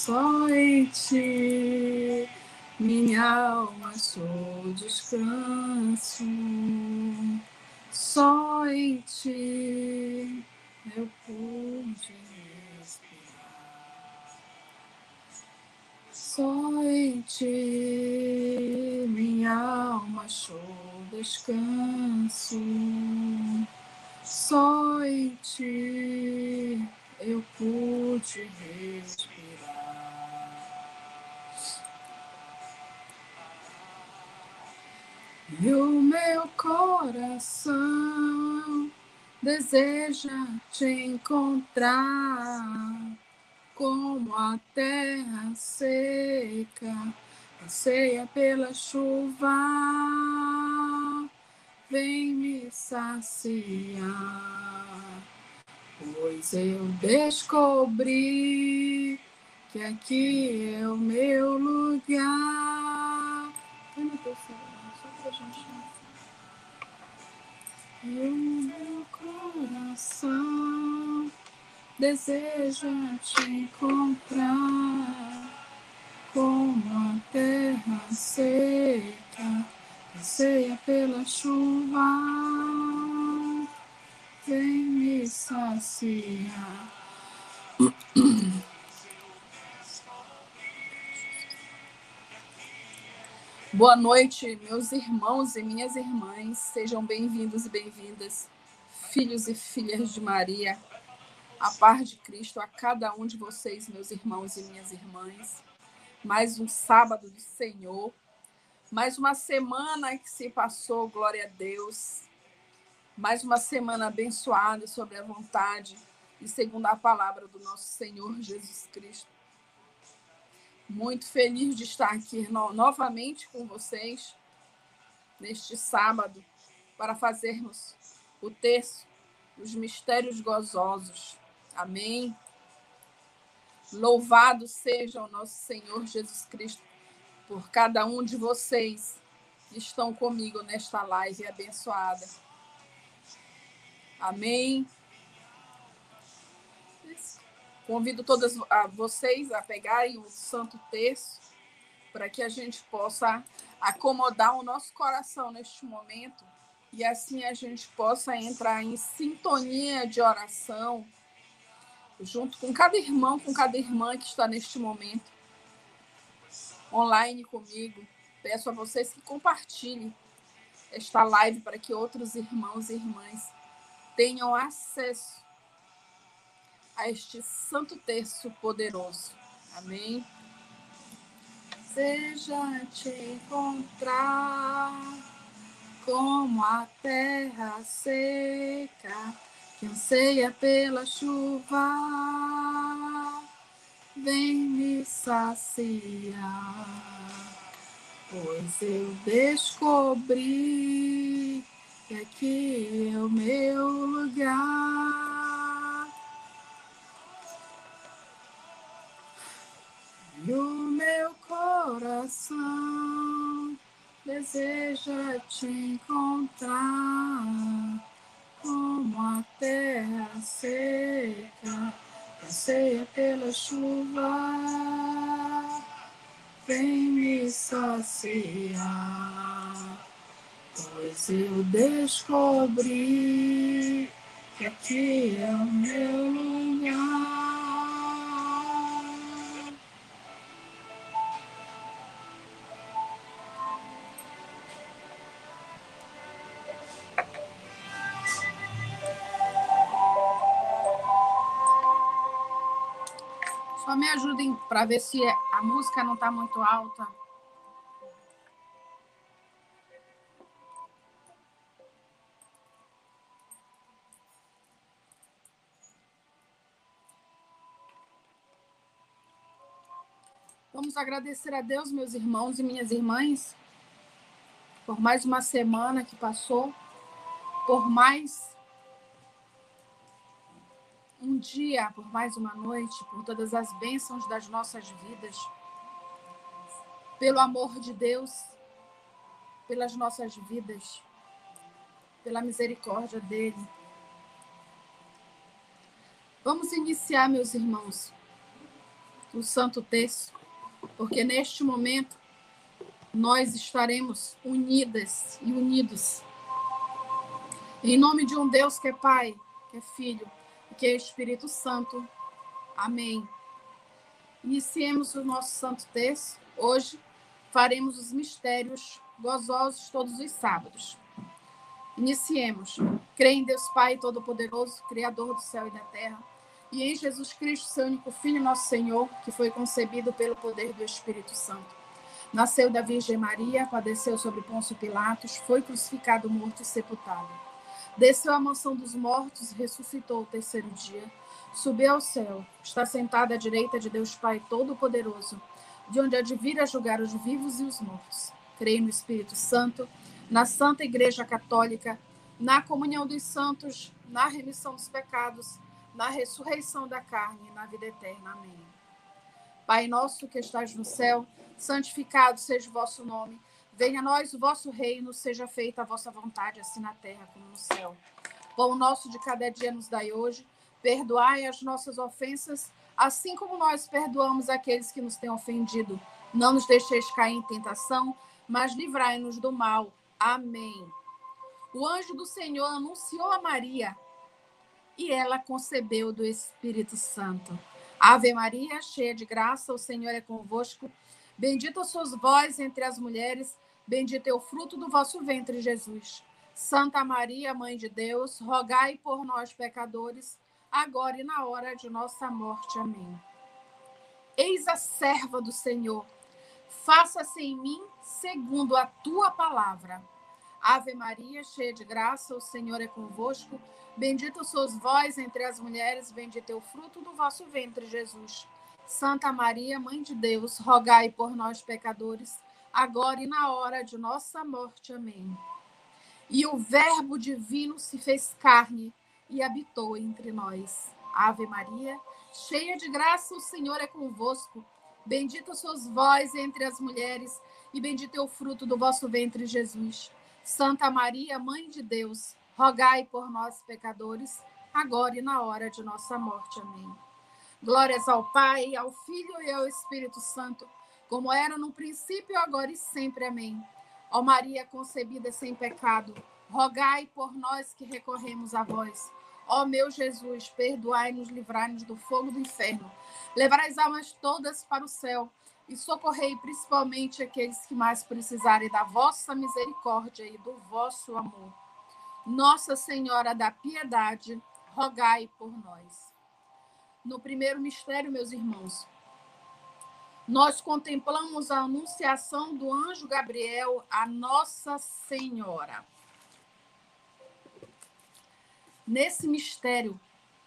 Só em ti minha alma achou descanso. Só em ti eu pude respirar. Só em ti minha alma achou descanso. Só em ti eu pude respirar. E o meu coração deseja te encontrar, como a terra seca anseia pela chuva. Vem me saciar, pois eu descobri que aqui é o meu lugar. Põe no teu celular, só pra gente. E o meu coração deseja te encontrar, como a terra seca anseia pela chuva. Vem me saciar. Boa noite, meus irmãos e minhas irmãs. Sejam bem-vindos e bem-vindas, filhos e filhas de Maria. A paz de Cristo a cada um de vocês, meus irmãos e minhas irmãs. Mais um sábado do Senhor. Mais uma semana que se passou, glória a Deus. Mais uma semana abençoada sobre a vontade e segundo a palavra do nosso Senhor Jesus Cristo. Muito feliz de estar aqui novamente com vocês, neste sábado, para fazermos o terço dos mistérios gozosos. Amém? Louvado seja o nosso Senhor Jesus Cristo por cada um de vocês que estão comigo nesta live abençoada. Amém? Convido todas vocês a pegarem o Santo Terço para que a gente possa acomodar o nosso coração neste momento e assim a gente possa entrar em sintonia de oração junto com cada irmão, com cada irmã que está neste momento online comigo. Peço a vocês que compartilhem esta live para que outros irmãos e irmãs tenham acesso a este Santo Terço poderoso. Amém? Deseja te encontrar, como a terra seca que anseia pela chuva. Vem me saciar, pois eu descobri que aqui é o meu lugar. E o meu coração deseja te encontrar, como a terra seca anseia pela chuva. Vem me saciar, pois eu descobri que aqui é o meu lugar. Só me ajudem para ver se a música não está muito alta. Vamos agradecer a Deus, meus irmãos e minhas irmãs, por mais uma semana que passou, por mais um dia, por mais uma noite, por todas as bênçãos das nossas vidas, pelo amor de Deus, pelas nossas vidas, pela misericórdia dele. Vamos iniciar, meus irmãos, o Santo Terço, porque neste momento nós estaremos unidas e unidos. Em nome de um Deus que é Pai, que é Filho e que é Espírito Santo. Amém. Iniciemos o nosso Santo Terço. Hoje faremos os mistérios gozosos todos os sábados. Iniciemos. Creio em Deus Pai Todo-Poderoso, Criador do céu e da terra, e em Jesus Cristo, seu único Filho, nosso Senhor, que foi concebido pelo poder do Espírito Santo. Nasceu da Virgem Maria, padeceu sobre Pôncio Pilatos, foi crucificado, morto e sepultado. Desceu à mansão dos mortos, ressuscitou o terceiro dia, subiu ao céu, está sentado à direita de Deus Pai Todo-Poderoso, de onde há de vir a julgar os vivos e os mortos. Creio no Espírito Santo, na Santa Igreja Católica, na comunhão dos santos, na remissão dos pecados, na ressurreição da carne e na vida eterna. Amém. Pai nosso que estás no céu, santificado seja o vosso nome. Venha a nós o vosso reino, seja feita a vossa vontade, assim na terra como no céu. Pão nosso de cada dia nos dai hoje. Perdoai as nossas ofensas, assim como nós perdoamos aqueles que nos têm ofendido. Não nos deixeis cair em tentação, mas livrai-nos do mal. Amém. O anjo do Senhor anunciou a Maria e ela concebeu do Espírito Santo. Ave Maria, cheia de graça, o Senhor é convosco. Bendita sois vós entre as mulheres, bendito é o fruto do vosso ventre, Jesus. Santa Maria, Mãe de Deus, rogai por nós, pecadores, agora e na hora de nossa morte. Amém. Eis a serva do Senhor. Faça-se em mim segundo a tua palavra. Ave Maria, cheia de graça, o Senhor é convosco. Bendita sois vós entre as mulheres, bendito é o fruto do vosso ventre, Jesus. Santa Maria, Mãe de Deus, rogai por nós, pecadores, agora e na hora de nossa morte. Amém. E o Verbo divino se fez carne e habitou entre nós. Ave Maria, cheia de graça, o Senhor é convosco. Bendita sois vós entre as mulheres, e bendito é o fruto do vosso ventre, Jesus. Santa Maria, Mãe de Deus, rogai por nós, pecadores, agora e na hora de nossa morte. Amém. Glórias ao Pai, ao Filho e ao Espírito Santo, como era no princípio, agora e sempre. Amém. Ó Maria concebida sem pecado, rogai por nós que recorremos a vós. Ó meu Jesus, perdoai-nos, livrai-nos do fogo do inferno. Levai as almas todas para o céu e socorrei principalmente aqueles que mais precisarem da vossa misericórdia e do vosso amor. Nossa Senhora da Piedade, rogai por nós. No primeiro mistério, meus irmãos, nós contemplamos a anunciação do anjo Gabriel a Nossa Senhora. Nesse mistério,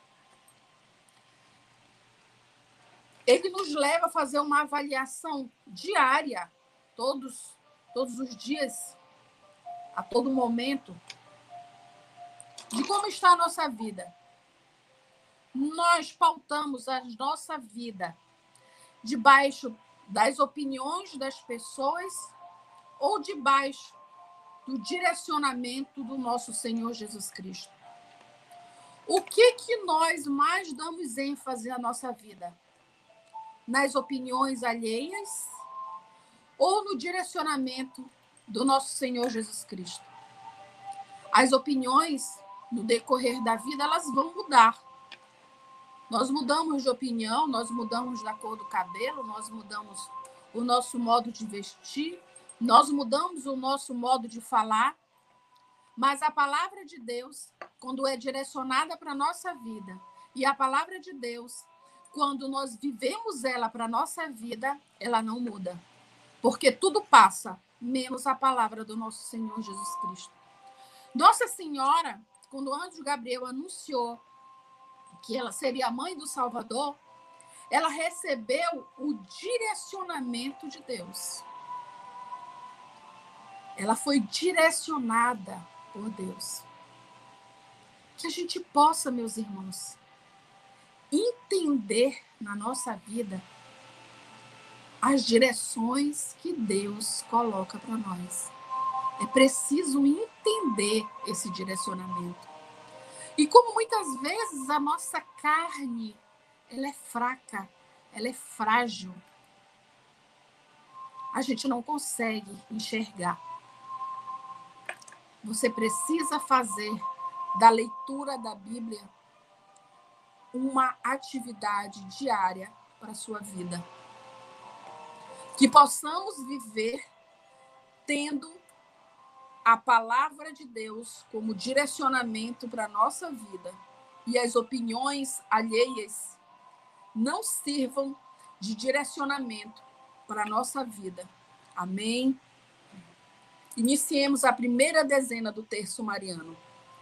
ele nos leva a fazer uma avaliação diária, todos os dias, a todo momento, de como está a nossa vida. Nós pautamos a nossa vida debaixo das opiniões das pessoas ou debaixo do direcionamento do nosso Senhor Jesus Cristo. O que nós mais damos ênfase na nossa vida? Nas opiniões alheias ou no direcionamento do nosso Senhor Jesus Cristo? As opiniões, no decorrer da vida, elas vão mudar. Nós mudamos de opinião, nós mudamos da cor do cabelo, nós mudamos o nosso modo de vestir, nós mudamos o nosso modo de falar, mas a palavra de Deus, quando é direcionada para a nossa vida, e a palavra de Deus, quando nós vivemos ela para a nossa vida, ela não muda. Porque tudo passa, menos a palavra do nosso Senhor Jesus Cristo. Nossa Senhora, quando o anjo Gabriel anunciou que ela seria a mãe do Salvador, ela recebeu o direcionamento de Deus. Ela foi direcionada por Deus. Que a gente possa, meus irmãos, entender na nossa vida as direções que Deus coloca para nós. É preciso entender esse direcionamento. E como muitas vezes a nossa carne, ela é fraca, ela é frágil. A gente não consegue enxergar. Você precisa fazer da leitura da Bíblia uma atividade diária para a sua vida. Que possamos viver tendo a palavra de Deus como direcionamento para a nossa vida e as opiniões alheias não sirvam de direcionamento para a nossa vida. Amém? Iniciemos a primeira dezena do terço mariano.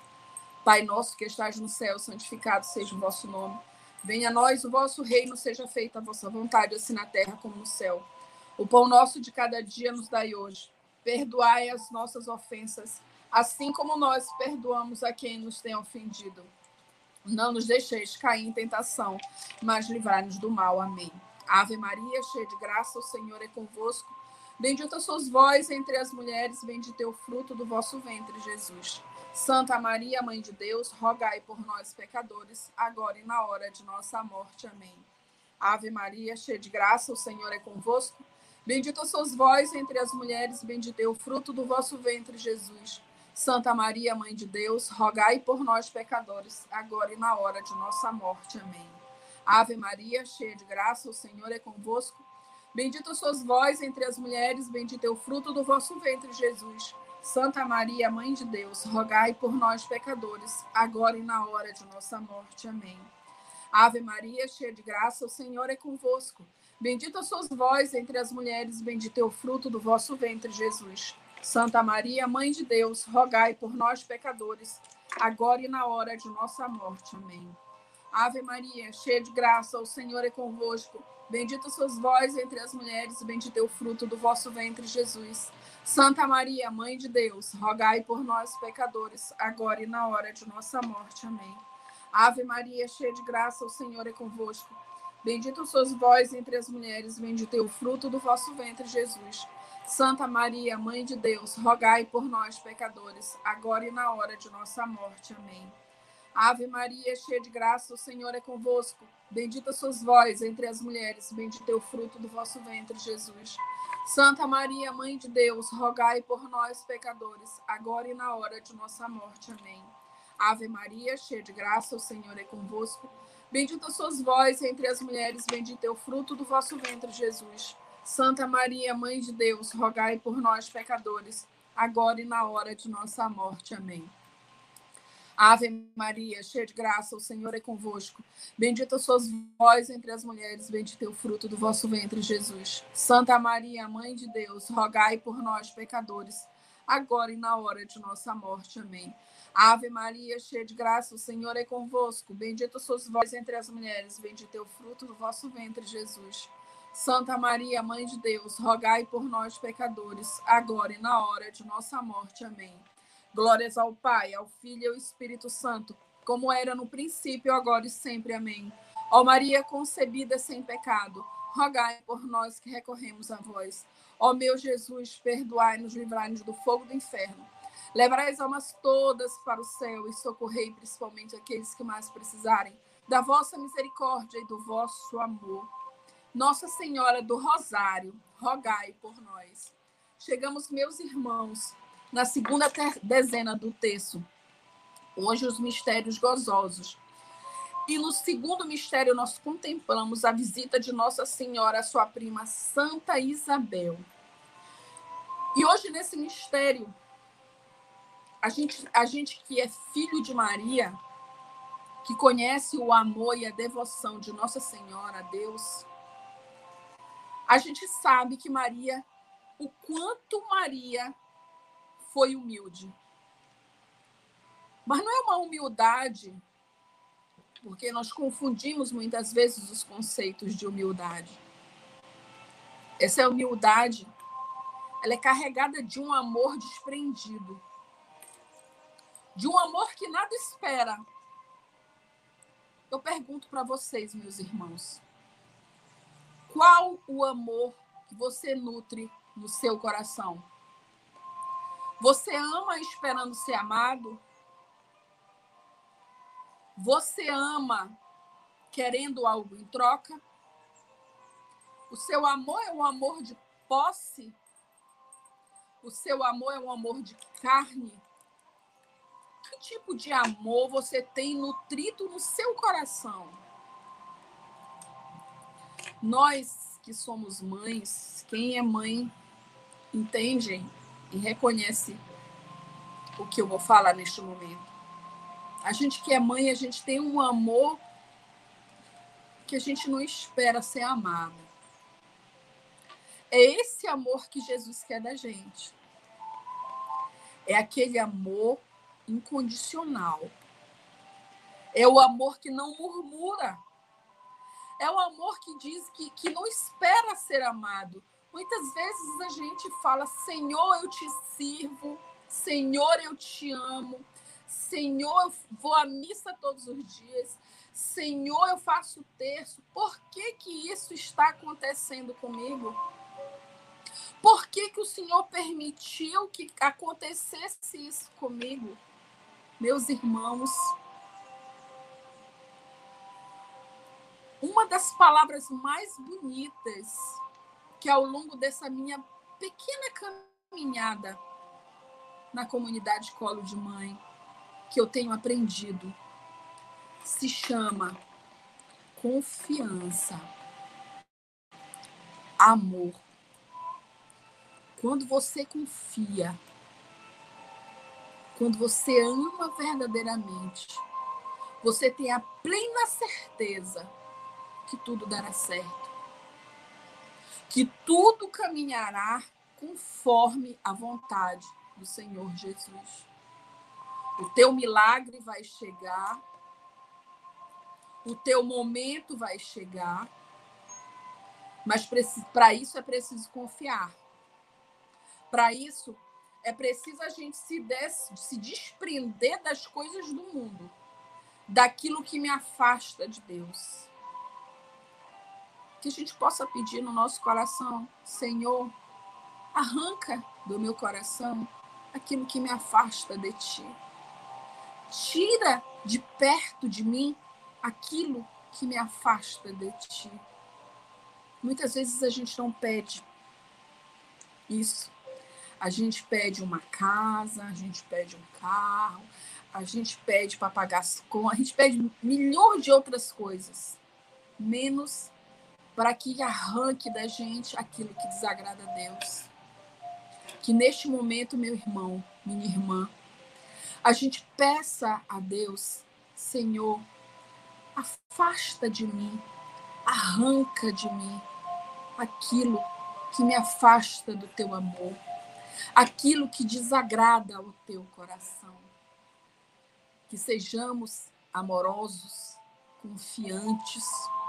Pai nosso que estás no céu, santificado seja o vosso nome. Venha a nós o vosso reino, seja feita a vossa vontade, assim na terra como no céu. O pão nosso de cada dia nos dai hoje. Perdoai as nossas ofensas, assim como nós perdoamos a quem nos tem ofendido. Não nos deixeis cair em tentação, mas livrai-nos do mal. Amém. Ave Maria, cheia de graça, o Senhor é convosco. Bendita sois vós entre as mulheres, bendito é o fruto do vosso ventre, Jesus. Santa Maria, Mãe de Deus, rogai por nós, pecadores, agora e na hora de nossa morte. Amém. Ave Maria, cheia de graça, o Senhor é convosco. Bendita sois vós entre as mulheres, bendito é o fruto do vosso ventre, Jesus. Santa Maria, Mãe de Deus, rogai por nós, pecadores, agora e na hora de nossa morte. Amém. Ave Maria, cheia de graça, o Senhor é convosco. Bendita sois vós entre as mulheres, bendito é o fruto do vosso ventre, Jesus. Santa Maria, Mãe de Deus, rogai por nós, pecadores, agora e na hora de nossa morte. Amém. Ave Maria, cheia de graça, o Senhor é convosco. Bendita sois vós entre as mulheres, bendito é o fruto do vosso ventre, Jesus. Santa Maria, Mãe de Deus, rogai por nós, pecadores, agora e na hora de nossa morte. Amém. Ave Maria, cheia de graça, o Senhor é convosco. Bendita sois vós entre as mulheres, bendito é o fruto do vosso ventre, Jesus. Santa Maria, Mãe de Deus, rogai por nós, pecadores, agora e na hora de nossa morte. Amém. Ave Maria, cheia de graça, o Senhor é convosco. Bendita sois vós entre as mulheres, bendito é o fruto do vosso ventre, Jesus. Santa Maria, Mãe de Deus, rogai por nós, pecadores, agora e na hora de nossa morte. Amém. Ave Maria, cheia de graça, o Senhor é convosco. Bendita sois vós entre as mulheres, bendito é o fruto do vosso ventre, Jesus. Santa Maria, Mãe de Deus, rogai por nós, pecadores, agora e na hora de nossa morte. Amém. Ave Maria, cheia de graça, o Senhor é convosco. Bendita sois vós entre as mulheres, bendito é o fruto do vosso ventre, Jesus. Santa Maria, Mãe de Deus, rogai por nós, pecadores, agora e na hora de nossa morte. Amém. Ave Maria, cheia de graça, o Senhor é convosco. Bendita sois vós entre as mulheres, bendito é o fruto do vosso ventre, Jesus. Santa Maria, Mãe de Deus, rogai por nós, pecadores, agora e na hora de nossa morte. Amém. Ave Maria, cheia de graça, o Senhor é convosco. Bendita sois vós entre as mulheres, bendito é o fruto do vosso ventre, Jesus. Santa Maria, Mãe de Deus, rogai por nós, pecadores, agora e na hora de nossa morte. Amém. Glórias ao Pai, ao Filho e ao Espírito Santo, como era no princípio, agora e sempre. Amém. Ó Maria concebida sem pecado, rogai por nós que recorremos a vós. Ó meu Jesus, perdoai-nos, livrai-nos do fogo do inferno. Levai as almas todas para o céu e socorrei principalmente aqueles que mais precisarem da vossa misericórdia e do vosso amor. Nossa Senhora do Rosário, rogai por nós. Chegamos, meus irmãos, na segunda dezena do terço. Hoje os mistérios gozosos. E no segundo mistério nós contemplamos a visita de Nossa Senhora à sua prima Santa Isabel. E hoje nesse mistério, a gente que é filho de Maria, que conhece o amor e a devoção de Nossa Senhora a Deus, a gente sabe que Maria, o quanto Maria foi humilde. Mas não é uma humildade, porque nós confundimos muitas vezes os conceitos de humildade. Essa humildade, ela é carregada de um amor desprendido, de um amor que nada espera. Eu pergunto para vocês, meus irmãos, qual o amor que você nutre no seu coração? Você ama esperando ser amado? Você ama querendo algo em troca? O seu amor é um amor de posse? O seu amor é um amor de carne? Que tipo de amor você tem nutrido no seu coração? Nós que somos mães, quem é mãe entende e reconhece o que eu vou falar neste momento. A gente que é mãe, a gente tem um amor que a gente não espera ser amado. É esse amor que Jesus quer da gente. É aquele amor incondicional. É o amor que não murmura. É o amor que diz que não espera ser amado. Muitas vezes a gente fala, Senhor, eu te sirvo. Senhor, eu te amo. Senhor, eu vou à missa todos os dias. Senhor, eu faço o terço. Por que isso está acontecendo comigo? Por que o Senhor permitiu que acontecesse isso comigo? Meus irmãos, uma das palavras mais bonitas que ao longo dessa minha pequena caminhada na comunidade Colo de Mãe, que eu tenho aprendido, se chama confiança, amor. Quando você confia, quando você ama verdadeiramente, você tem a plena certeza que tudo dará certo, que tudo caminhará conforme a vontade do Senhor Jesus. O teu milagre vai chegar, o teu momento vai chegar, mas para isso é preciso confiar. Para isso é preciso a gente se desprender das coisas do mundo, daquilo que me afasta de Deus. Que a gente possa pedir no nosso coração, Senhor, arranca do meu coração aquilo que me afasta de Ti. Tira de perto de mim aquilo que me afasta de Ti. Muitas vezes a gente não pede isso. A gente pede uma casa, a gente pede um carro, a gente pede para pagar as contas, a gente pede milhões de outras coisas, menos para que arranque da gente aquilo que desagrada a Deus. Que neste momento, meu irmão, minha irmã, a gente peça a Deus, Senhor, afasta de mim, arranca de mim aquilo que me afasta do teu amor, aquilo que desagrada ao teu coração. Que sejamos amorosos, confiantes,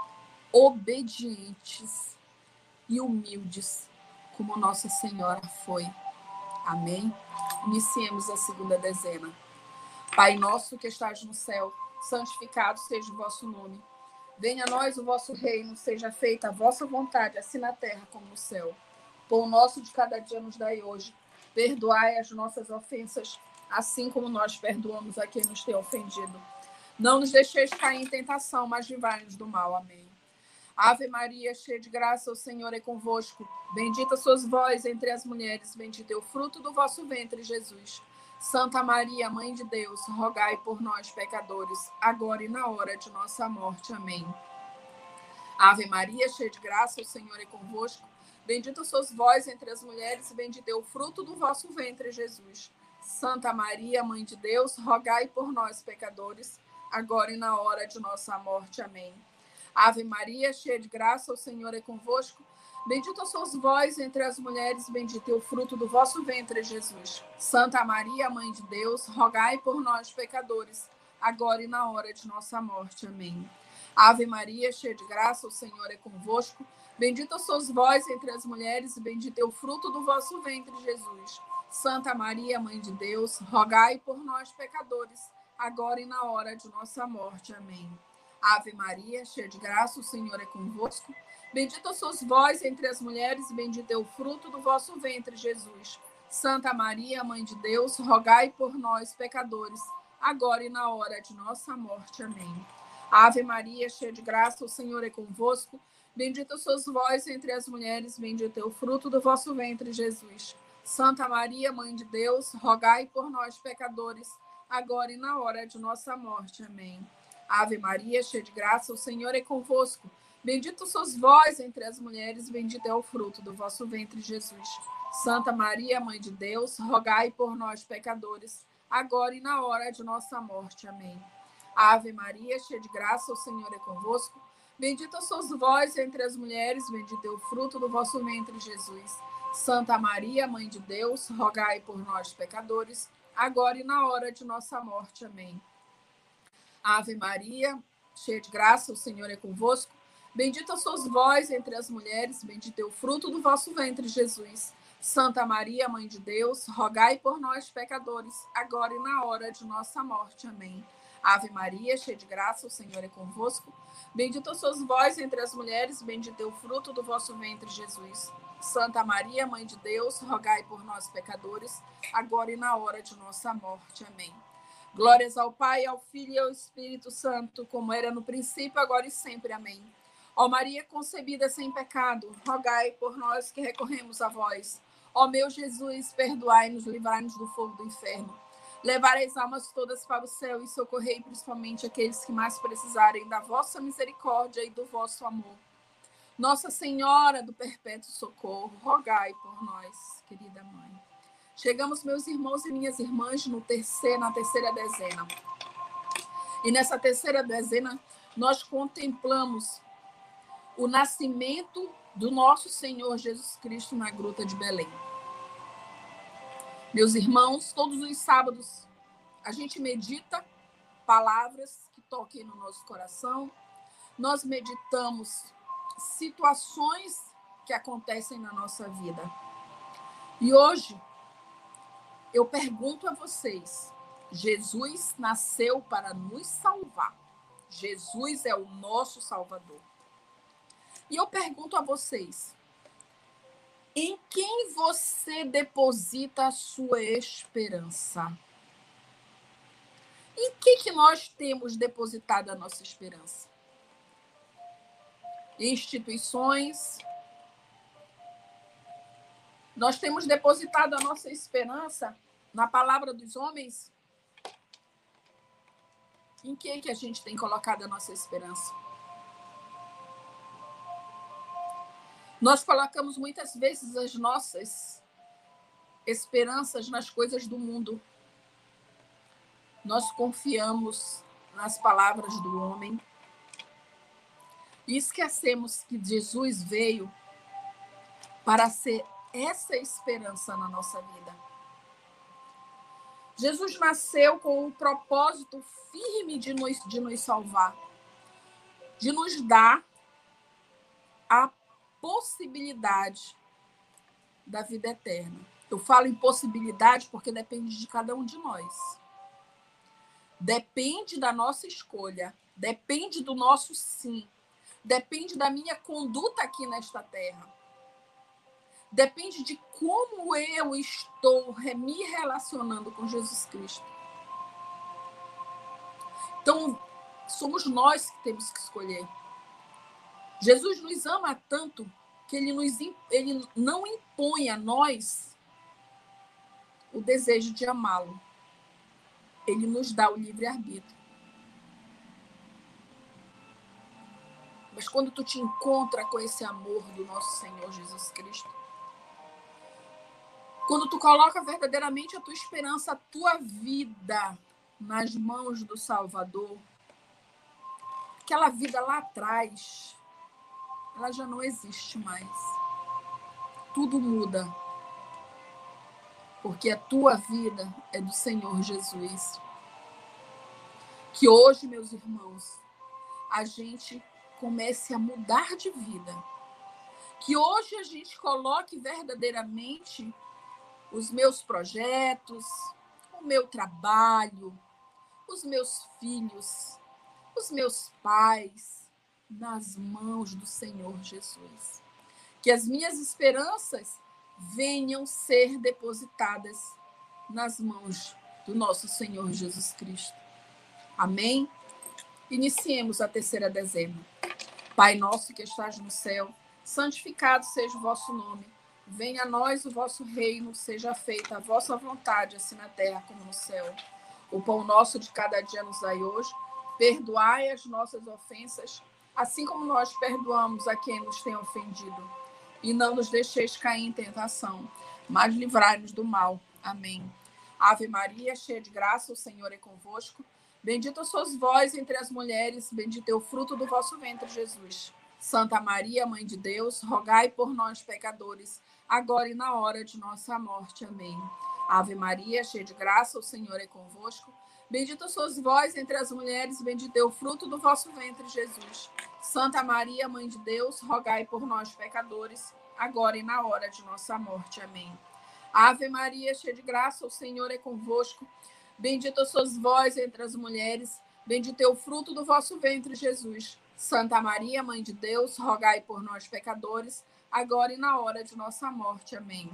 obedientes e humildes, como Nossa Senhora foi. Amém? Iniciemos a segunda dezena. Pai nosso que estás no céu, santificado seja o vosso nome. Venha a nós o vosso reino, seja feita a vossa vontade, assim na terra como no céu. Pão nosso de cada dia nos dai hoje. Perdoai as nossas ofensas, assim como nós perdoamos a quem nos tem ofendido. Não nos deixeis cair em tentação, mas livrai-nos do mal. Amém. Ave Maria, cheia de graça, o Senhor é convosco. Bendita sois vós entre as mulheres, bendito é o fruto do vosso ventre, Jesus. Santa Maria, Mãe de Deus, rogai por nós, pecadores, agora e na hora de nossa morte. Amém. Ave Maria, cheia de graça, o Senhor é convosco. Bendita sois vós entre as mulheres, bendito é o fruto do vosso ventre, Jesus. Santa Maria, Mãe de Deus, rogai por nós, pecadores, agora e na hora de nossa morte. Amém. Ave Maria, cheia de graça, o Senhor é convosco. Bendita sois vós entre as mulheres, bendito é o fruto do vosso ventre, Jesus. Santa Maria, Mãe de Deus, rogai por nós, pecadores, agora e na hora de nossa morte. Amém. Ave Maria, cheia de graça, o Senhor é convosco. Bendita sois vós entre as mulheres, bendito é o fruto do vosso ventre, Jesus. Santa Maria, Mãe de Deus, rogai por nós, pecadores, agora e na hora de nossa morte. Amém. Ave Maria, cheia de graça, o Senhor é convosco. Bendita sois vós entre as mulheres, bendito é o fruto do vosso ventre, Jesus. Santa Maria, Mãe de Deus, rogai por nós, pecadores, agora e na hora de nossa morte. Amém. Ave Maria, cheia de graça, o Senhor é convosco. Bendita sois vós entre as mulheres, bendito é o fruto do vosso ventre, Jesus. Santa Maria, Mãe de Deus, rogai por nós, pecadores, agora e na hora de nossa morte. Amém. Ave Maria, cheia de graça, o Senhor é convosco. Bendito sois vós entre as mulheres, bendito é o fruto do vosso ventre, Jesus. Santa Maria, Mãe de Deus, rogai por nós, pecadores, agora e na hora de nossa morte. Amém. Ave Maria, cheia de graça, o Senhor é convosco. Bendita sois vós entre as mulheres, bendito é o fruto do vosso ventre, Jesus. Santa Maria, Mãe de Deus, rogai por nós, pecadores, agora e na hora de nossa morte. Amém. Ave Maria, cheia de graça, o Senhor é convosco. Bendita sois vós entre as mulheres, bendito é o fruto do vosso ventre, Jesus. Santa Maria, Mãe de Deus, rogai por nós, pecadores, agora e na hora de nossa morte. Amém. Ave Maria, cheia de graça, o Senhor é convosco. Bendita sois vós entre as mulheres, bendito é o fruto do vosso ventre, Jesus. Santa Maria, Mãe de Deus, rogai por nós, pecadores, agora e na hora de nossa morte. Amém. Glórias ao Pai, ao Filho e ao Espírito Santo, como era no princípio, agora e sempre. Amém. Ó Maria concebida sem pecado, rogai por nós que recorremos a vós. Ó meu Jesus, perdoai-nos, livrai-nos do fogo do inferno. Levarei as almas todas para o céu e socorrei principalmente aqueles que mais precisarem da vossa misericórdia e do vosso amor. Nossa Senhora do Perpétuo Socorro, rogai por nós, querida Mãe. Chegamos, meus irmãos e minhas irmãs, na terceira dezena. E nessa terceira dezena, nós contemplamos o nascimento do nosso Senhor Jesus Cristo na Gruta de Belém. Meus irmãos, todos os sábados a gente medita palavras que toquem no nosso coração. Nós meditamos situações que acontecem na nossa vida. E hoje eu pergunto a vocês: Jesus nasceu para nos salvar. Jesus é o nosso Salvador. E eu pergunto a vocês: em quem você deposita a sua esperança? Em que nós temos depositado a nossa esperança? Em instituições? Nós temos depositado a nossa esperança na palavra dos homens? Em que a gente tem colocado a nossa esperança? Nós colocamos muitas vezes as nossas esperanças nas coisas do mundo. Nós confiamos nas palavras do homem e esquecemos que Jesus veio para ser essa esperança na nossa vida. Jesus nasceu com um propósito firme de nos salvar, de nos dar a possibilidade da vida eterna. Eu falo em possibilidade porque depende de cada um de nós. Depende da nossa escolha, depende do nosso sim, depende da minha conduta aqui nesta terra. Depende de como eu estou me relacionando com Jesus Cristo. Então, somos nós que temos que escolher. Jesus nos ama tanto que ele não impõe a nós o desejo de amá-lo. Ele nos dá o livre-arbítrio. Mas quando tu te encontra com esse amor do nosso Senhor Jesus Cristo, quando tu coloca verdadeiramente a tua esperança, a tua vida nas mãos do Salvador, aquela vida lá atrás, ela já não existe mais. Tudo muda. Porque a tua vida é do Senhor Jesus. Que hoje, meus irmãos, a gente comece a mudar de vida. Que hoje a gente coloque verdadeiramente os meus projetos, o meu trabalho, os meus filhos, os meus pais, nas mãos do Senhor Jesus. Que as minhas esperanças venham ser depositadas nas mãos do nosso Senhor Jesus Cristo. Amém? Iniciemos a terceira dezena. Pai nosso que estás no céu, santificado seja o vosso nome. Venha a nós o vosso reino, seja feita a vossa vontade, assim na terra como no céu. O pão nosso de cada dia nos dai hoje. Perdoai as nossas ofensas, assim como nós perdoamos a quem nos tem ofendido. E não nos deixeis cair em tentação, mas livrai-nos do mal. Amém. Ave Maria, cheia de graça, o Senhor é convosco. Bendita sois vós entre as mulheres, bendito é o fruto do vosso ventre, Jesus. Santa Maria, Mãe de Deus, rogai por nós, pecadores, agora e na hora de nossa morte. Amém. Ave Maria, cheia de graça, o Senhor é convosco. Bendita sois vós entre as mulheres, bendito é o fruto do vosso ventre, Jesus. Santa Maria, Mãe de Deus, rogai por nós, pecadores, agora e na hora de nossa morte. Amém. Ave Maria, cheia de graça, o Senhor é convosco. Bendita sois vós entre as mulheres, bendito é o fruto do vosso ventre, Jesus. Santa Maria, Mãe de Deus, rogai por nós, pecadores, agora e na hora de nossa morte. Amém.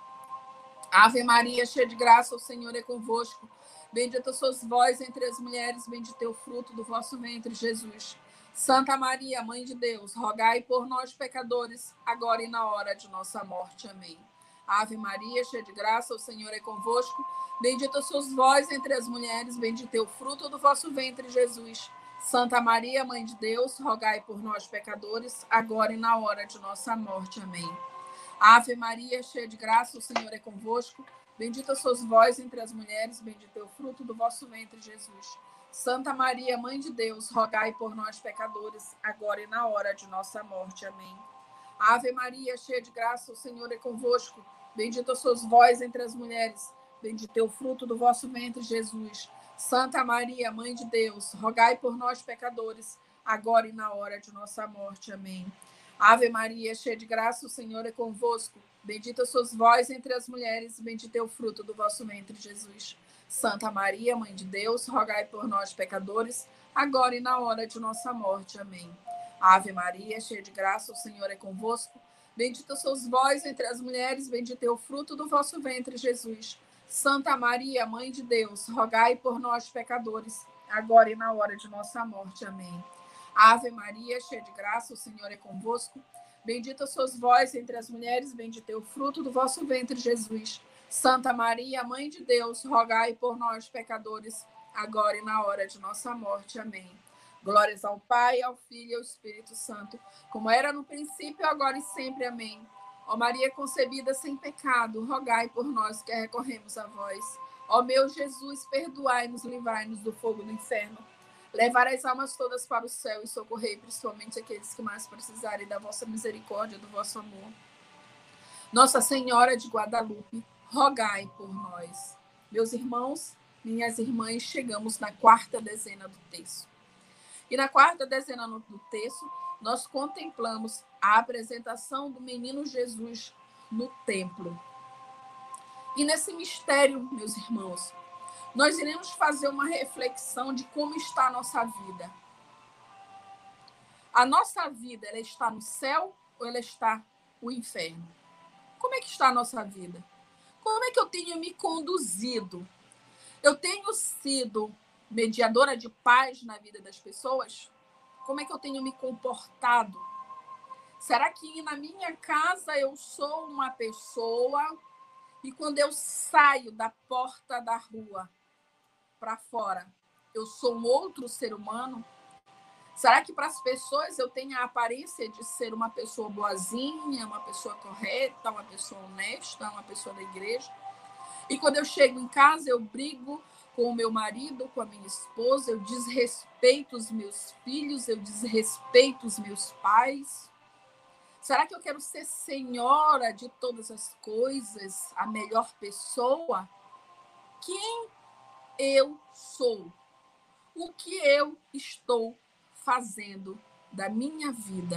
Ave Maria, cheia de graça, o Senhor é convosco. Bendita sois vós entre as mulheres, bendito é o fruto do vosso ventre, Jesus. Santa Maria, Mãe de Deus, rogai por nós, pecadores, agora e na hora de nossa morte. Amém. Ave Maria, cheia de graça, o Senhor é convosco. Bendita sois vós entre as mulheres, bendito é o fruto do vosso ventre, Jesus. Santa Maria, Mãe de Deus, rogai por nós, pecadores, agora e na hora de nossa morte. Amém. Ave Maria, cheia de graça, o Senhor é convosco. Bendita sois vós entre as mulheres, bendito é o fruto do vosso ventre, Jesus. Santa Maria, Mãe de Deus, rogai por nós, pecadores, agora e na hora de nossa morte. Amém. Ave Maria, cheia de graça, o Senhor é convosco. Bendita sois vós entre as mulheres, bendito é o fruto do vosso ventre, Jesus. Santa Maria, Mãe de Deus, rogai por nós, pecadores, agora e na hora de nossa morte. Amém. Ave Maria, cheia de graça, o Senhor é convosco. Bendita sois vós entre as mulheres, bendito é o fruto do vosso ventre, Jesus. Santa Maria, Mãe de Deus, rogai por nós, pecadores, agora e na hora de nossa morte. Amém. Ave Maria, cheia de graça, o Senhor é convosco. Bendita sois vós entre as mulheres, bendito é o fruto do vosso ventre, Jesus. Santa Maria, Mãe de Deus, rogai por nós, pecadores, agora e na hora de nossa morte. Amém. Ave Maria, cheia de graça, o Senhor é convosco. Bendita sois vós entre as mulheres, bendito é o fruto do vosso ventre, Jesus. Santa Maria, Mãe de Deus, rogai por nós, pecadores, agora e na hora de nossa morte. Amém. Glórias ao Pai, ao Filho e ao Espírito Santo, como era no princípio, agora e sempre. Amém. Ó Maria concebida sem pecado, rogai por nós que recorremos a vós. Ó meu Jesus, perdoai-nos, livrai-nos do fogo do inferno. Levar as almas todas para o céu e socorrei principalmente aqueles que mais precisarem da vossa misericórdia, do vosso amor. Nossa Senhora de Guadalupe, rogai por nós. Meus irmãos, minhas irmãs, chegamos na quarta dezena do terço. E na quarta dezena do terço, nós contemplamos a apresentação do menino Jesus no templo. E nesse mistério, meus irmãos, nós iremos fazer uma reflexão de como está a nossa vida. A nossa vida, ela está no céu ou ela está no inferno? Como é que está a nossa vida? Como é que eu tenho me conduzido? Eu tenho sido mediadora de paz na vida das pessoas? Como é que eu tenho me comportado? Será que na minha casa eu sou uma pessoa e quando eu saio da porta da rua para fora, eu sou um outro ser humano? Será que para as pessoas eu tenho a aparência de ser uma pessoa boazinha, uma pessoa correta, uma pessoa honesta, uma pessoa da igreja? E quando eu chego em casa, eu brigo com o meu marido, com a minha esposa, eu desrespeito os meus filhos, eu desrespeito os meus pais? Será que eu quero ser senhora de todas as coisas, a melhor pessoa? Quem eu sou? O que eu estou fazendo da minha vida?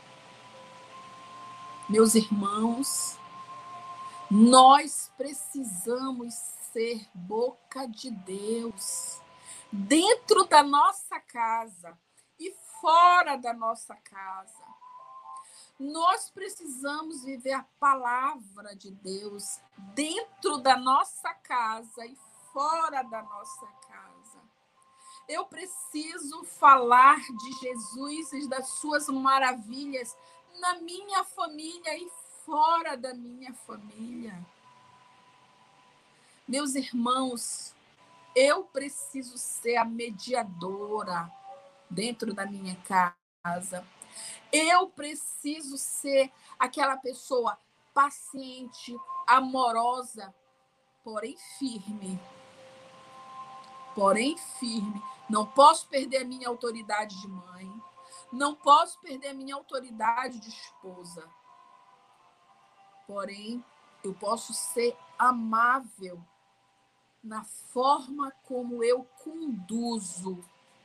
Meus irmãos, nós precisamos ser boca de Deus dentro da nossa casa e fora da nossa casa. Nós precisamos viver a palavra de Deus dentro da nossa casa e fora da nossa casa. Eu preciso falar de Jesus e das suas maravilhas na minha família e fora da minha família. Meus irmãos, eu preciso ser a mediadora dentro da minha casa. Eu preciso ser aquela pessoa paciente, amorosa, porém firme. Porém firme. Não posso perder a minha autoridade de mãe. Não posso perder a minha autoridade de esposa. Porém, eu posso ser amável na forma como eu conduzo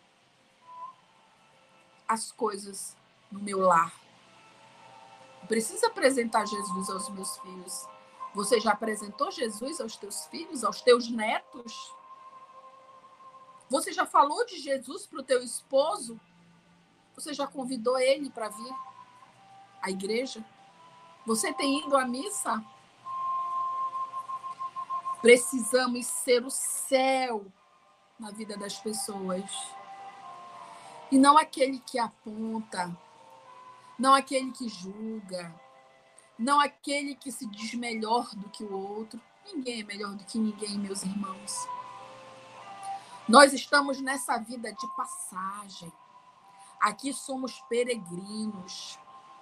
as coisas no meu lar. Eu preciso apresentar Jesus aos meus filhos. Você já apresentou Jesus aos teus filhos, aos teus netos? Você já falou de Jesus para o teu esposo? Você já convidou ele para vir à igreja? Você tem ido à missa? Precisamos ser o céu na vida das pessoas. E não aquele que aponta, não aquele que julga, não aquele que se diz melhor do que o outro. Ninguém é melhor do que ninguém, meus irmãos. Nós estamos nessa vida de passagem. Aqui somos peregrinos.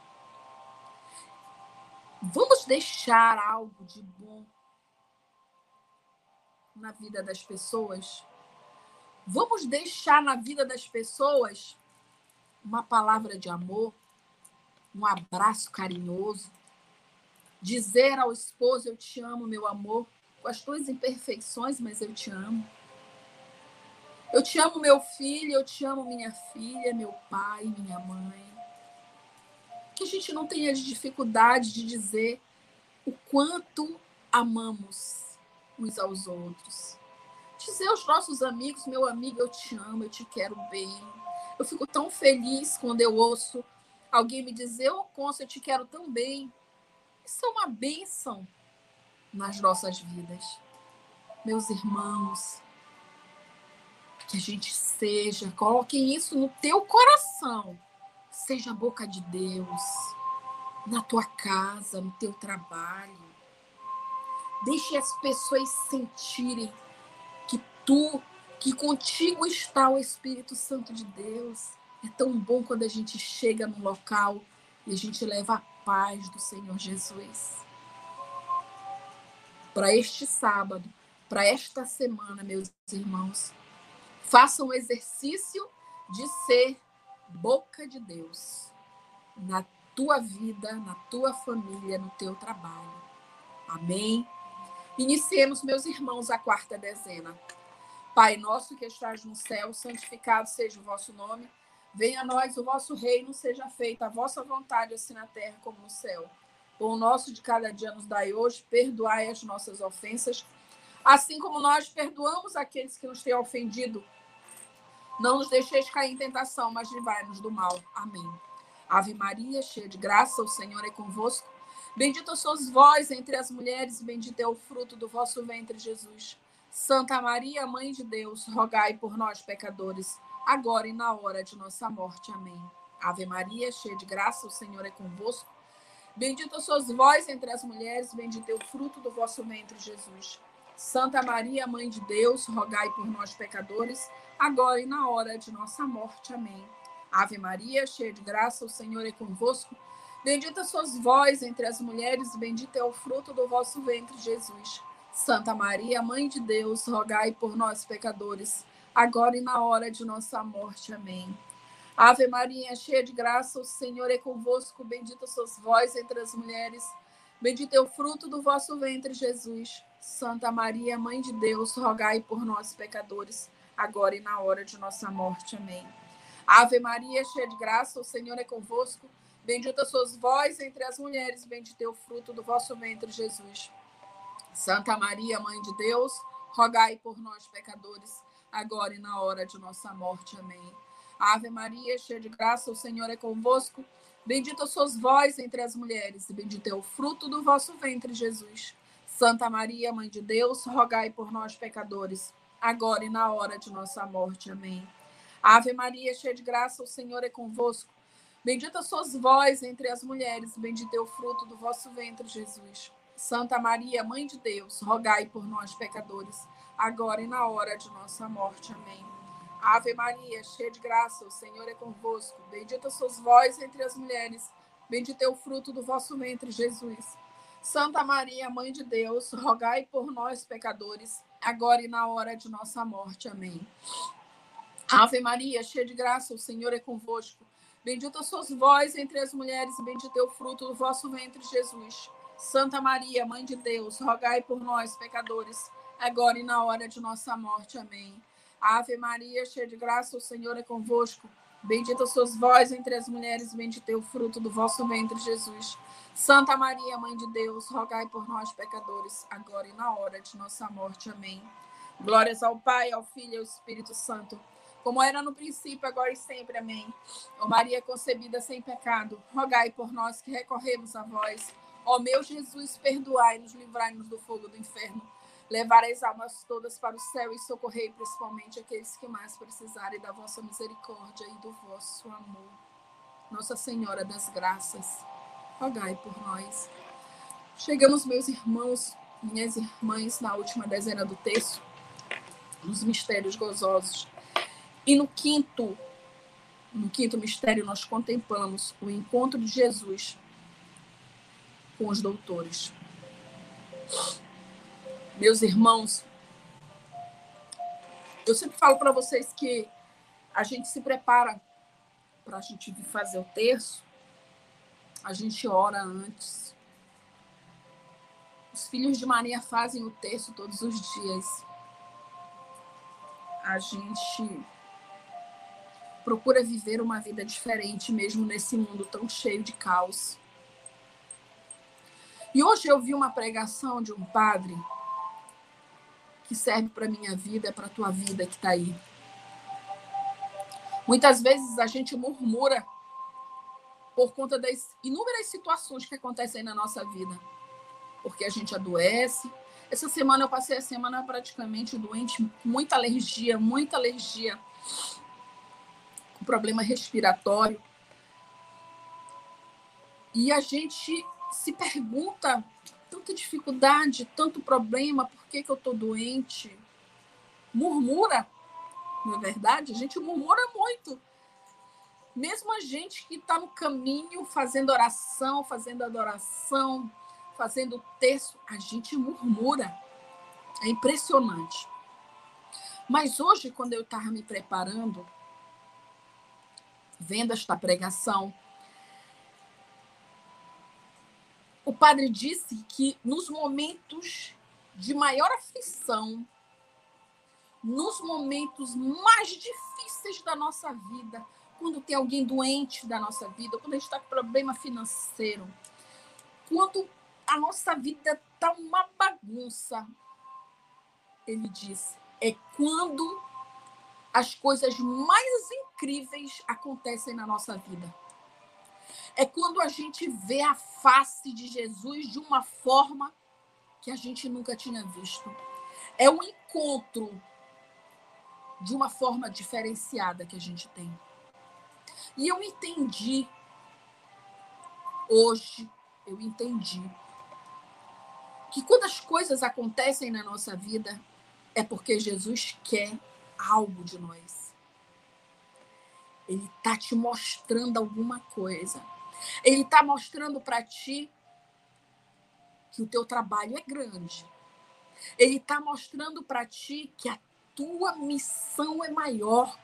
Vamos deixar algo de bom na vida das pessoas? Vamos deixar na vida das pessoas uma palavra de amor, um abraço carinhoso, dizer ao esposo: eu te amo, meu amor, com as tuas imperfeições, mas eu te amo. Eu te amo, meu filho, eu te amo, minha filha, meu pai, minha mãe. Que a gente não tenha dificuldade de dizer o quanto amamos uns aos outros. Dizer aos nossos amigos: meu amigo, eu te amo, eu te quero bem. Eu fico tão feliz quando eu ouço alguém me dizer: ô, Consa, eu te quero tão bem. Isso é uma bênção nas nossas vidas. Meus irmãos, que a gente seja, coloquem isso no teu coração. Seja a boca de Deus, na tua casa, no teu trabalho. Deixe as pessoas sentirem que contigo está o Espírito Santo de Deus. É tão bom quando a gente chega no local e a gente leva a paz do Senhor Jesus. Para este sábado, para esta semana, meus irmãos, façam o exercício de ser boca de Deus na tua vida, na tua família, no teu trabalho. Amém? Iniciemos, meus irmãos, a quarta dezena. Pai nosso que estás no céu, santificado seja o vosso nome. Venha a nós o vosso reino, seja feita a vossa vontade, assim na terra como no céu. Pão nosso de cada dia nos dai hoje, perdoai as nossas ofensas, assim como nós perdoamos aqueles que nos têm ofendido. Não nos deixeis cair em tentação, mas livrai-nos do mal. Amém. Ave Maria, cheia de graça, o Senhor é convosco. Bendita sois vós entre as mulheres, e bendito é o fruto do vosso ventre, Jesus. Santa Maria, Mãe de Deus, rogai por nós, pecadores, agora e na hora de nossa morte. Amém. Ave Maria, cheia de graça, o Senhor é convosco. Bendita sois vós entre as mulheres, bendito é o fruto do vosso ventre, Jesus. Santa Maria, Mãe de Deus, rogai por nós, pecadores, agora e na hora de nossa morte. Amém. Ave Maria, cheia de graça, o Senhor é convosco. Bendita sois vós entre as mulheres, bendito é o fruto do vosso ventre, Jesus. Santa Maria, Mãe de Deus, rogai por nós, pecadores, agora e na hora de nossa morte. Amém. Ave Maria, cheia de graça, o Senhor é convosco. Bendita sois vós entre as mulheres, bendito é o fruto do vosso ventre, Jesus. Santa Maria, Mãe de Deus, rogai por nós, pecadores, agora e na hora de nossa morte. Amém. Ave Maria, cheia de graça, o Senhor é convosco. Bendita sois vós entre as mulheres, bendito é o fruto do vosso ventre, Jesus. Santa Maria, Mãe de Deus, rogai por nós, pecadores, agora e na hora de nossa morte. Amém. Ave Maria, cheia de graça, o Senhor é convosco. Bendita sois vós entre as mulheres, e bendito é o fruto do vosso ventre, Jesus. Santa Maria, Mãe de Deus, rogai por nós, pecadores, agora e na hora de nossa morte. Amém. Ave Maria, cheia de graça, o Senhor é convosco. Bendita sois vós entre as mulheres, bendito é o fruto do vosso ventre, Jesus. Santa Maria, Mãe de Deus, rogai por nós, pecadores, agora e na hora de nossa morte. Amém. Ave Maria, cheia de graça, o Senhor é convosco. Bendita sois vós entre as mulheres, bendito é o fruto do vosso ventre, Jesus. Santa Maria, Mãe de Deus, rogai por nós, pecadores, agora e na hora de nossa morte. Amém. Ave Maria, cheia de graça, o Senhor é convosco. Bendita sois vós entre as mulheres, bendito é o fruto do vosso ventre, Jesus. Santa Maria, Mãe de Deus, rogai por nós, pecadores, agora e na hora de nossa morte. Amém. Ave Maria, cheia de graça, o Senhor é convosco. Bendita sois vós entre as mulheres, bendito é o fruto do vosso ventre, Jesus. Santa Maria, Mãe de Deus, rogai por nós, pecadores, agora e na hora de nossa morte. Amém. Glórias ao Pai, ao Filho e ao Espírito Santo, como era no princípio, agora e sempre. Amém. Ó Maria concebida sem pecado, rogai por nós que recorremos a vós. Ó meu Jesus, perdoai-nos, livrai-nos do fogo do inferno. Levarai as almas todas para o céu e socorrei principalmente aqueles que mais precisarem da vossa misericórdia e do vosso amor. Nossa Senhora das Graças, rogai por nós. Chegamos, meus irmãos, minhas irmãs, na última dezena do texto, nos mistérios gozosos. E no quinto mistério, nós contemplamos o encontro de Jesus com os doutores. Meus irmãos, eu sempre falo para vocês que a gente se prepara para a gente vir fazer o terço, a gente ora antes. Os filhos de Maria fazem o terço todos os dias. A gente procura viver uma vida diferente, mesmo nesse mundo tão cheio de caos. E hoje eu vi uma pregação de um padre que serve para a minha vida, para a tua vida que está aí. Muitas vezes a gente murmura por conta das inúmeras situações que acontecem na nossa vida. Porque a gente adoece. Essa semana eu passei a semana praticamente doente, muita alergia, com problema respiratório. E a gente se pergunta, tanta dificuldade, tanto problema, por que eu estou doente? Murmura, não é verdade? A gente murmura muito. Mesmo a gente que está no caminho, fazendo oração, fazendo adoração, fazendo terço, a gente murmura. É impressionante. Mas hoje, quando eu estava me preparando, vendo esta pregação, o padre disse que nos momentos de maior aflição, nos momentos mais difíceis da nossa vida, quando tem alguém doente da nossa vida, quando a gente está com problema financeiro, quando a nossa vida está uma bagunça, ele disse, é quando as coisas mais incríveis acontecem na nossa vida. É quando a gente vê a face de Jesus de uma forma que a gente nunca tinha visto. É um encontro de uma forma diferenciada que a gente tem. E eu entendi, hoje, que quando as coisas acontecem na nossa vida, é porque Jesus quer algo de nós. Ele está te mostrando alguma coisa. Ele está mostrando para ti que o teu trabalho é grande. Ele está mostrando para ti que a tua missão é maior.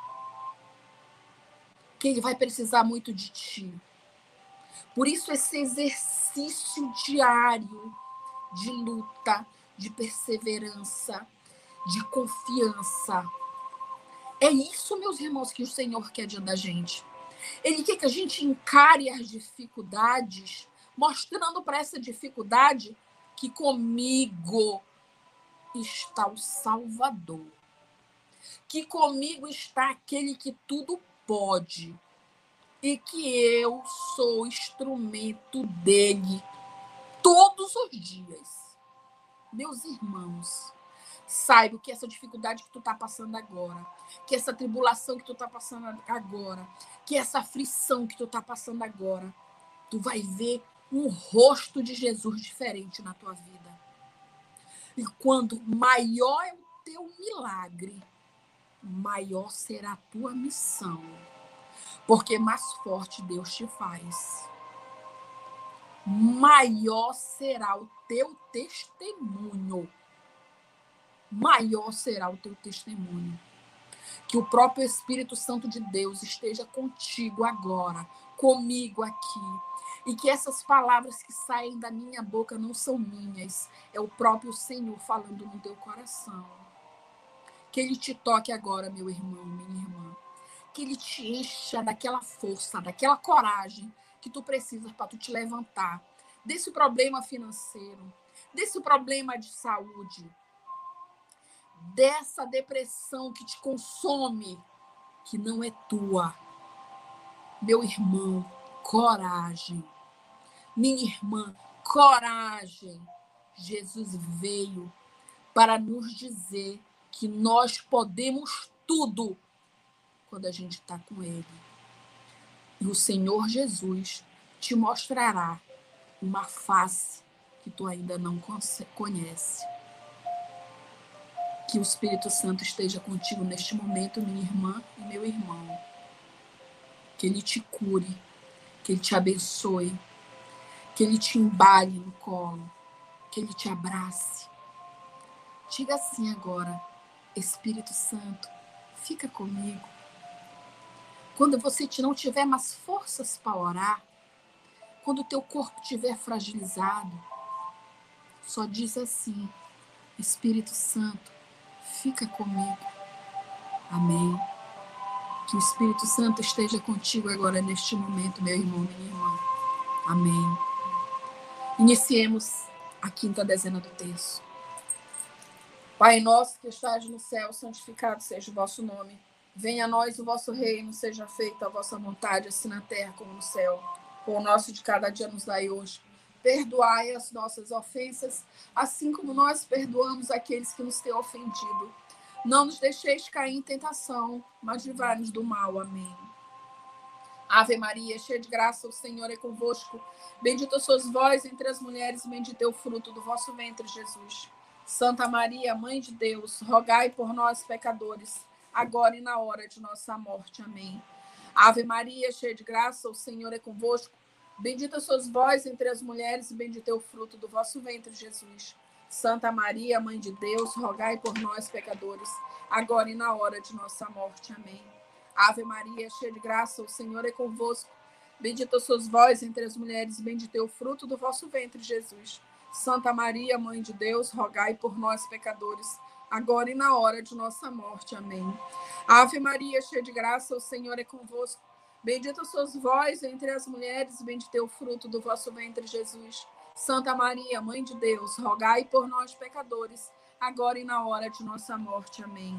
Que ele vai precisar muito de ti. Por isso, esse exercício diário de luta, de perseverança, de confiança. É isso, meus irmãos, que o Senhor quer da gente. Ele quer que a gente encare as dificuldades, mostrando para essa dificuldade que comigo está o Salvador. Que comigo está aquele que tudo pode. E que eu sou instrumento dele todos os dias. Meus irmãos, Saiba que essa dificuldade que tu está passando agora, que essa tribulação que tu está passando agora, que essa aflição que tu está passando agora, tu vai ver um rosto de Jesus diferente na tua vida. E quando maior é o teu milagre, maior será a tua missão. Porque mais forte Deus te faz. Maior será o teu testemunho. Maior será o teu testemunho. Que o próprio Espírito Santo de Deus esteja contigo agora, comigo aqui. E que essas palavras que saem da minha boca não são minhas. É o próprio Senhor falando no teu coração. Que Ele te toque agora, meu irmão, minha irmã. Que Ele te encha daquela força, daquela coragem que tu precisas para tu te levantar. Desse problema financeiro, desse problema de saúde, dessa depressão que te consome, que não é tua. Meu irmão, coragem. Minha irmã, coragem. Jesus veio para nos dizer que nós podemos tudo quando a gente está com Ele. E o Senhor Jesus te mostrará uma face que tu ainda não conhece. Que o Espírito Santo esteja contigo neste momento, minha irmã e meu irmão. Que Ele te cure, que Ele te abençoe, que Ele te embale no colo, que Ele te abrace. Diga assim agora: Espírito Santo, fica comigo. Quando você não tiver mais forças para orar, quando o teu corpo estiver fragilizado, só diz assim: Espírito Santo, fica comigo. Amém. Que o Espírito Santo esteja contigo agora neste momento, meu irmão, minha irmã. Amém. Iniciemos a 5ª dezena do texto. Pai nosso que estás no céu, santificado seja o vosso nome. Venha a nós o vosso reino, seja feita a vossa vontade, assim na terra como no céu. O pão nosso de cada dia nos dai hoje. Perdoai as nossas ofensas, assim como nós perdoamos aqueles que nos têm ofendido. Não nos deixeis cair em tentação, mas livrai-nos do mal. Amém. Ave Maria, cheia de graça, o Senhor é convosco. Bendita sois vós entre as mulheres, bendito é o fruto do vosso ventre, Jesus. Santa Maria, Mãe de Deus, rogai por nós, pecadores, agora e na hora de nossa morte. Amém. Ave Maria, cheia de graça, o Senhor é convosco. Bendita sois vós entre as mulheres, e bendito é o fruto do vosso ventre, Jesus. Santa Maria, Mãe de Deus, rogai por nós, pecadores, agora e na hora de nossa morte. Amém. Ave Maria, cheia de graça, o Senhor é convosco. Bendita sois vós entre as mulheres, e bendito é o fruto do vosso ventre, Jesus. Santa Maria, Mãe de Deus, rogai por nós, pecadores, agora e na hora de nossa morte. Amém. Ave Maria, cheia de graça, o Senhor é convosco. Bendita sois vós entre as mulheres, e bendito é o fruto do vosso ventre, Jesus. Santa Maria, Mãe de Deus, rogai por nós, pecadores, agora e na hora de nossa morte. Amém.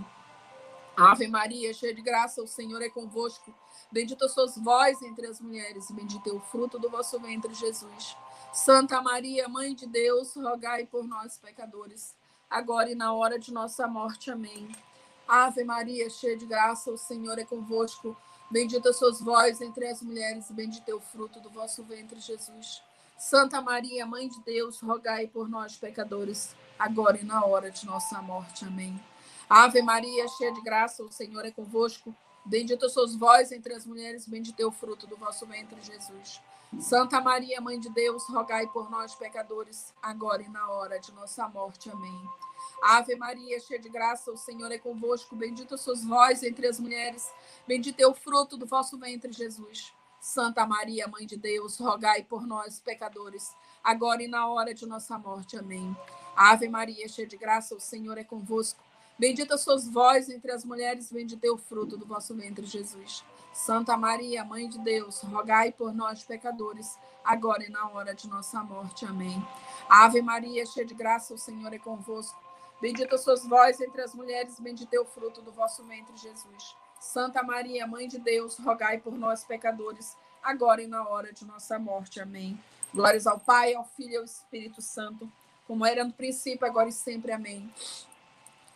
Ave Maria, cheia de graça, o Senhor é convosco. Bendita sois vós entre as mulheres, e bendito é o fruto do vosso ventre, Jesus. Santa Maria, Mãe de Deus, rogai por nós, pecadores, agora e na hora de nossa morte. Amém. Ave Maria, cheia de graça, o Senhor é convosco. Bendita sois vós entre as mulheres, e bendito é o fruto do vosso ventre, Jesus. Santa Maria, Mãe de Deus, rogai por nós, pecadores, agora e na hora de nossa morte. Amém. Ave Maria, cheia de graça, o Senhor é convosco. Bendita sois vós entre as mulheres, bendito é o fruto do vosso ventre, Jesus. Santa Maria, Mãe de Deus, rogai por nós, pecadores, agora e na hora de nossa morte. Amém. Ave Maria, cheia de graça, o Senhor é convosco. Bendita sois vós entre as mulheres, bendito é o fruto do vosso ventre, Jesus. Santa Maria, Mãe de Deus, rogai por nós, pecadores, agora e na hora de nossa morte. Amém. Ave Maria, cheia de graça, o Senhor é convosco. Bendita sois vós entre as mulheres, bendito é o fruto do vosso ventre, Jesus. Santa Maria, Mãe de Deus, rogai por nós, pecadores, agora e na hora de nossa morte. Amém. Ave Maria, cheia de graça, o Senhor é convosco. Bendita sois vós entre as mulheres, bendito é o fruto do vosso ventre, Jesus. Santa Maria, Mãe de Deus, rogai por nós, pecadores, agora e na hora de nossa morte. Amém. Glórias ao Pai, ao Filho e ao Espírito Santo, como era no princípio, agora e sempre. Amém.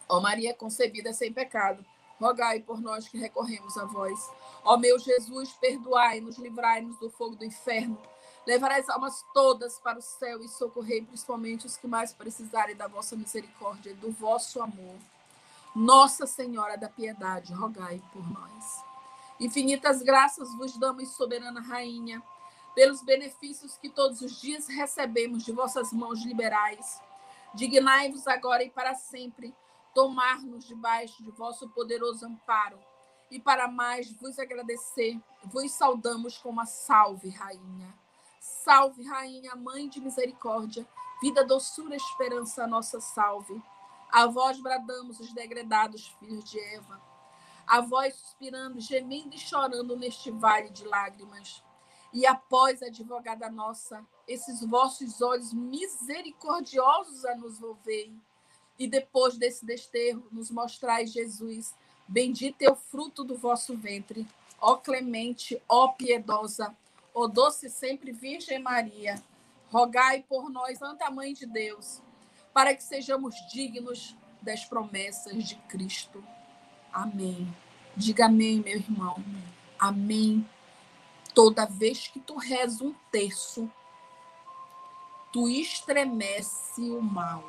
Ó Maria concebida sem pecado, rogai por nós que recorremos a vós. Ó meu Jesus, perdoai-nos, livrai-nos do fogo do inferno. Levarai as almas todas para o céu e socorrei principalmente os que mais precisarem da vossa misericórdia e do vosso amor. Nossa Senhora da Piedade, rogai por nós. Infinitas graças vos damos, soberana Rainha, pelos benefícios que todos os dias recebemos de vossas mãos liberais. Dignai-vos agora e para sempre tomar-nos debaixo de vosso poderoso amparo. E para mais vos agradecer, vos saudamos com uma salve, Rainha. Salve, Rainha, Mãe de Misericórdia, vida, doçura, esperança, nossa salve. A vós bradamos os degredados filhos de Eva. A vós suspirando, gemendo e chorando neste vale de lágrimas. E após, advogada nossa, esses vossos olhos misericordiosos a nos volvei. E depois desse desterro, nos mostrais Jesus. Bendito é o fruto do vosso ventre. Ó clemente, ó piedosa, ó doce sempre Virgem Maria, rogai por nós, Santa Mãe de Deus, para que sejamos dignos das promessas de Cristo. Amém. Diga amém, meu irmão. Amém. Toda vez que tu reza um terço, tu estremece o mal.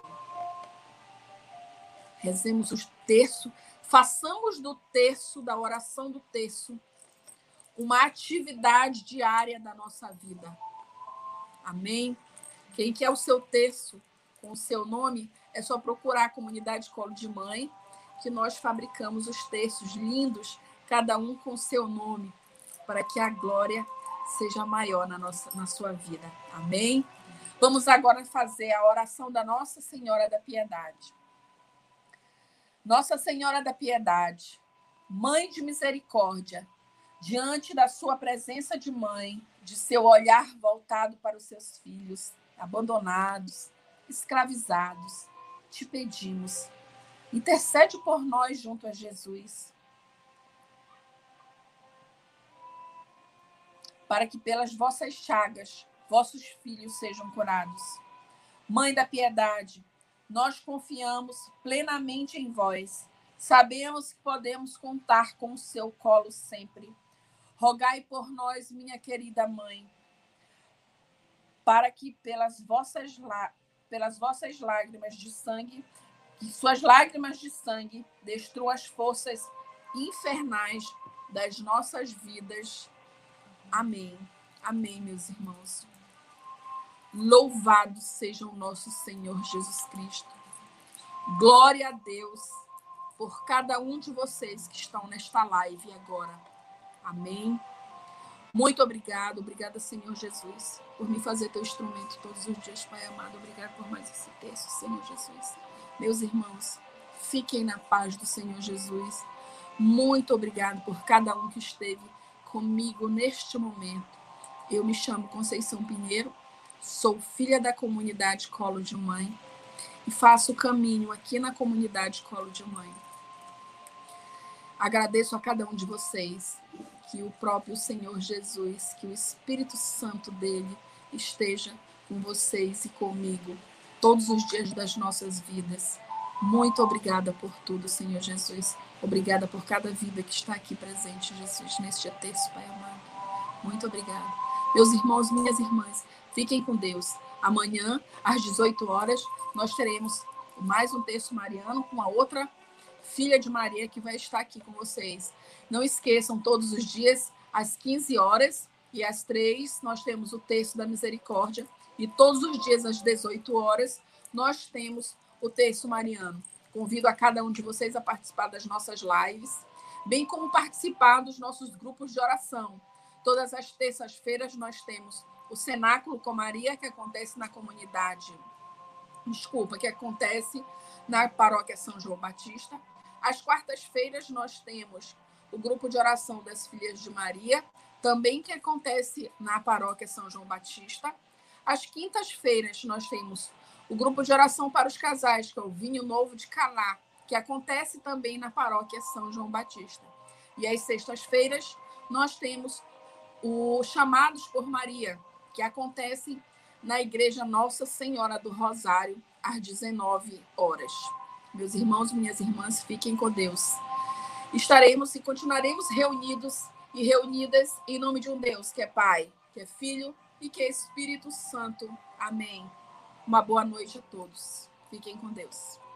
Rezemos os terços, façamos do terço, da oração do terço, uma atividade diária da nossa vida. Amém? Quem quer o seu terço com o seu nome, é só procurar a comunidade Colo de Mãe, que nós fabricamos os terços lindos, cada um com o seu nome, para que a glória seja maior na sua vida. Amém? Vamos agora fazer a oração da Nossa Senhora da Piedade. Nossa Senhora da Piedade, Mãe de Misericórdia, diante da sua presença de mãe, de seu olhar voltado para os seus filhos, abandonados, escravizados, te pedimos, intercede por nós junto a Jesus, para que pelas vossas chagas, vossos filhos sejam curados. Mãe da Piedade, nós confiamos plenamente em vós, sabemos que podemos contar com o seu colo sempre. Rogai por nós, minha querida mãe, para que pelas vossas lágrimas de sangue, que suas lágrimas de sangue destruam as forças infernais das nossas vidas. Amém. Amém, meus irmãos. Louvado seja o nosso Senhor Jesus Cristo. Glória a Deus por cada um de vocês que estão nesta live agora. Amém. Muito obrigado. Obrigada, Senhor Jesus, por me fazer teu instrumento todos os dias, Pai amado. Obrigado por mais esse texto, Senhor Jesus. Meus irmãos, fiquem na paz do Senhor Jesus. Muito obrigado por cada um que esteve comigo neste momento. Eu me chamo Conceição Pinheiro, sou filha da comunidade Colo de Mãe e faço o caminho aqui na comunidade Colo de Mãe. Agradeço a cada um de vocês, que o próprio Senhor Jesus, que o Espírito Santo dele esteja com vocês e comigo todos os dias das nossas vidas. Muito obrigada por tudo, Senhor Jesus. Obrigada por cada vida que está aqui presente, Jesus, neste terço, Pai amado. Muito obrigada. Meus irmãos, minhas irmãs, fiquem com Deus. Amanhã, às 18 horas, nós teremos mais um terço mariano com a outra filha de Maria que vai estar aqui com vocês. Não esqueçam, todos os dias, às 15 horas e às 3, nós temos o terço da misericórdia. E todos os dias, às 18 horas, nós temos o terço mariano. Convido a cada um de vocês a participar das nossas lives, bem como participar dos nossos grupos de oração. Todas as terças-feiras nós temos o Cenáculo com Maria, que acontece na comunidade, que acontece na paróquia São João Batista. Às quartas-feiras nós temos o grupo de oração das Filhas de Maria, também que acontece na paróquia São João Batista. Às quintas-feiras nós temos o grupo de oração para os casais, que é o Vinho Novo de Caná, que acontece também na paróquia São João Batista. E às sextas-feiras nós temos o Chamados por Maria, que acontece na Igreja Nossa Senhora do Rosário, às 19 horas. Meus irmãos e minhas irmãs, fiquem com Deus. Estaremos e continuaremos reunidos e reunidas em nome de um Deus que é Pai, que é Filho e que é Espírito Santo. Amém. Uma boa noite a todos. Fiquem com Deus.